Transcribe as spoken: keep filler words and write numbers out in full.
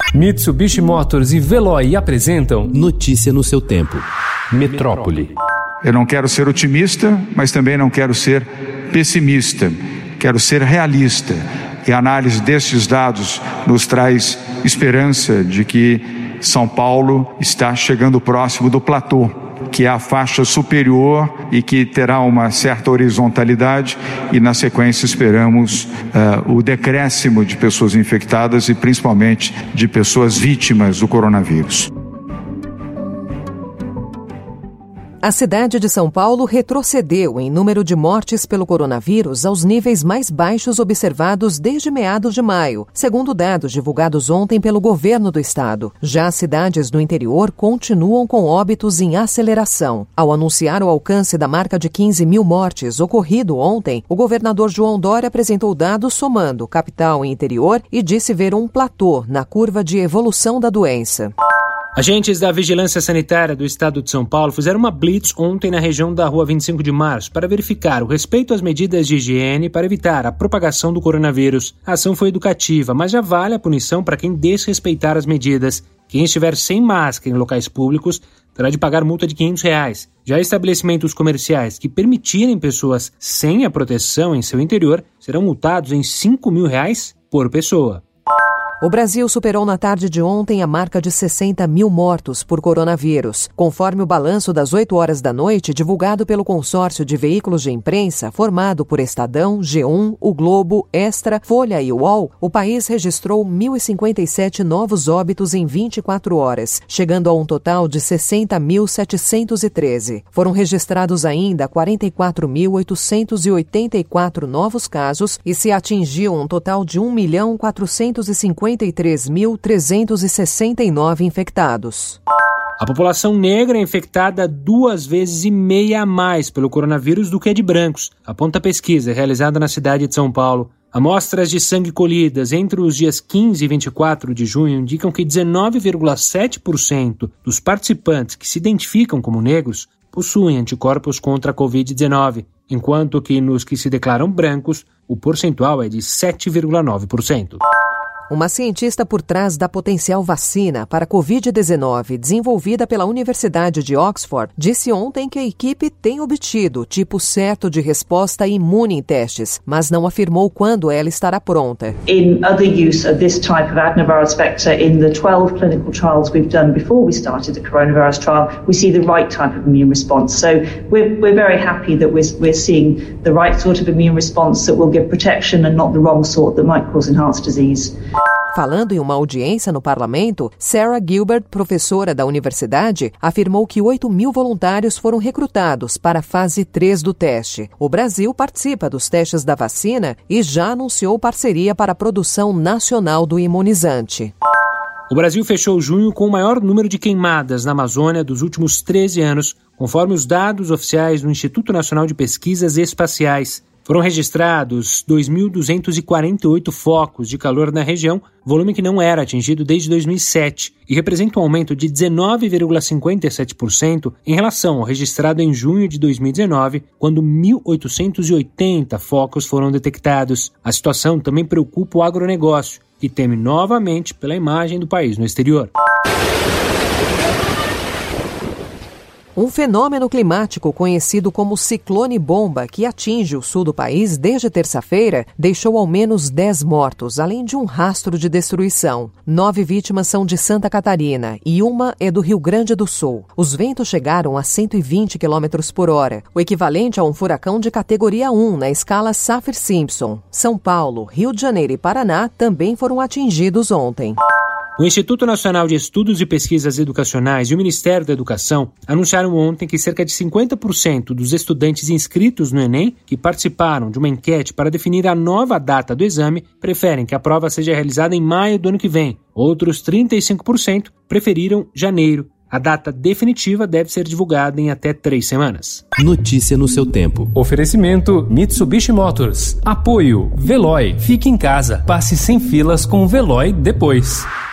Mitsubishi Motors e Veloy apresentam Notícia no seu tempo. Metrópole. Eu não quero ser otimista, mas também não quero ser pessimista. Quero ser realista. E a análise destes dados nos traz esperança de que São Paulo está chegando próximo do platô, que é a faixa superior e que terá uma certa horizontalidade, e na sequência esperamos uh, o decréscimo de pessoas infectadas e principalmente de pessoas vítimas do coronavírus. A cidade de São Paulo retrocedeu em número de mortes pelo coronavírus aos níveis mais baixos observados desde meados de maio, segundo dados divulgados ontem pelo governo do estado. Já as cidades do interior continuam com óbitos em aceleração. Ao anunciar o alcance da marca de quinze mil mortes ocorrido ontem, o governador João Dória apresentou dados somando capital e interior e disse ver um platô na curva de evolução da doença. Agentes da Vigilância Sanitária do Estado de São Paulo fizeram uma blitz ontem na região da Rua vinte e cinco de março para verificar o respeito às medidas de higiene para evitar a propagação do coronavírus. A ação foi educativa, mas já vale a punição para quem desrespeitar as medidas. Quem estiver sem máscara em locais públicos terá de pagar multa de quinhentos reais. Já estabelecimentos comerciais que permitirem pessoas sem a proteção em seu interior serão multados em cinco mil reais por pessoa. O Brasil superou na tarde de ontem a marca de sessenta mil mortos por coronavírus. Conforme o balanço das oito horas da noite, divulgado pelo consórcio de veículos de imprensa, formado por Estadão, G um, O Globo, Extra, Folha e U O L, o país registrou mil e cinquenta e sete novos óbitos em vinte e quatro horas, chegando a um total de sessenta mil setecentos e treze. Foram registrados ainda quarenta e quatro mil oitocentos e oitenta e quatro novos casos e se atingiu um total de um milhão quatrocentos e cinquenta e três mil trezentos e sessenta e nove infectados. A população negra é infectada duas vezes e meia a mais pelo coronavírus do que a de brancos, aponta a pesquisa realizada na cidade de São Paulo. Amostras de sangue colhidas entre os dias quinze e vinte e quatro de junho indicam que dezenove vírgula sete por cento dos participantes que se identificam como negros possuem anticorpos contra a covid dezenove, enquanto que nos que se declaram brancos, o percentual é de sete vírgula nove por cento. Uma cientista por trás da potencial vacina para a covid dezenove desenvolvida pela Universidade de Oxford disse ontem que a equipe tem obtido o tipo certo de resposta imune em testes, mas não afirmou quando ela estará pronta. In other use of this type of adenovirus vector in the twelve clinical trials we've done before we started the coronavirus trial, we see the right type of immune response. So we're, we're very happy that we're, we're seeing the right sort of immune response that will give protection and not the wrong sort that might cause enhanced disease. Falando em uma audiência no parlamento, Sarah Gilbert, professora da universidade, afirmou que oito mil voluntários foram recrutados para a fase três do teste. O Brasil participa dos testes da vacina e já anunciou parceria para a produção nacional do imunizante. O Brasil fechou junho com o maior número de queimadas na Amazônia dos últimos treze anos, conforme os dados oficiais do Instituto Nacional de Pesquisas Espaciais. Foram registrados dois mil duzentos e quarenta e oito focos de calor na região, volume que não era atingido desde dois mil e sete, e representa um aumento de dezenove vírgula cinquenta e sete por cento em relação ao registrado em junho de dois mil e dezenove, quando mil oitocentos e oitenta focos foram detectados. A situação também preocupa o agronegócio, que teme novamente pela imagem do país no exterior. Um fenômeno climático conhecido como ciclone bomba, que atinge o sul do país desde terça-feira, deixou ao menos dez mortos, além de um rastro de destruição. Nove vítimas são de Santa Catarina e uma é do Rio Grande do Sul. Os ventos chegaram a cento e vinte quilômetros por hora, o equivalente a um furacão de categoria um na escala Saffir-Simpson. São Paulo, Rio de Janeiro e Paraná também foram atingidos ontem. O Instituto Nacional de Estudos e Pesquisas Educacionais e o Ministério da Educação anunciaram ontem que cerca de cinquenta por cento dos estudantes inscritos no Enem, que participaram de uma enquete para definir a nova data do exame, preferem que a prova seja realizada em maio do ano que vem. Outros trinta e cinco por cento preferiram janeiro. A data definitiva deve ser divulgada em até três semanas. Notícia no seu tempo. Oferecimento Mitsubishi Motors. Apoio Veloy. Fique em casa. Passe sem filas com o Veloy depois.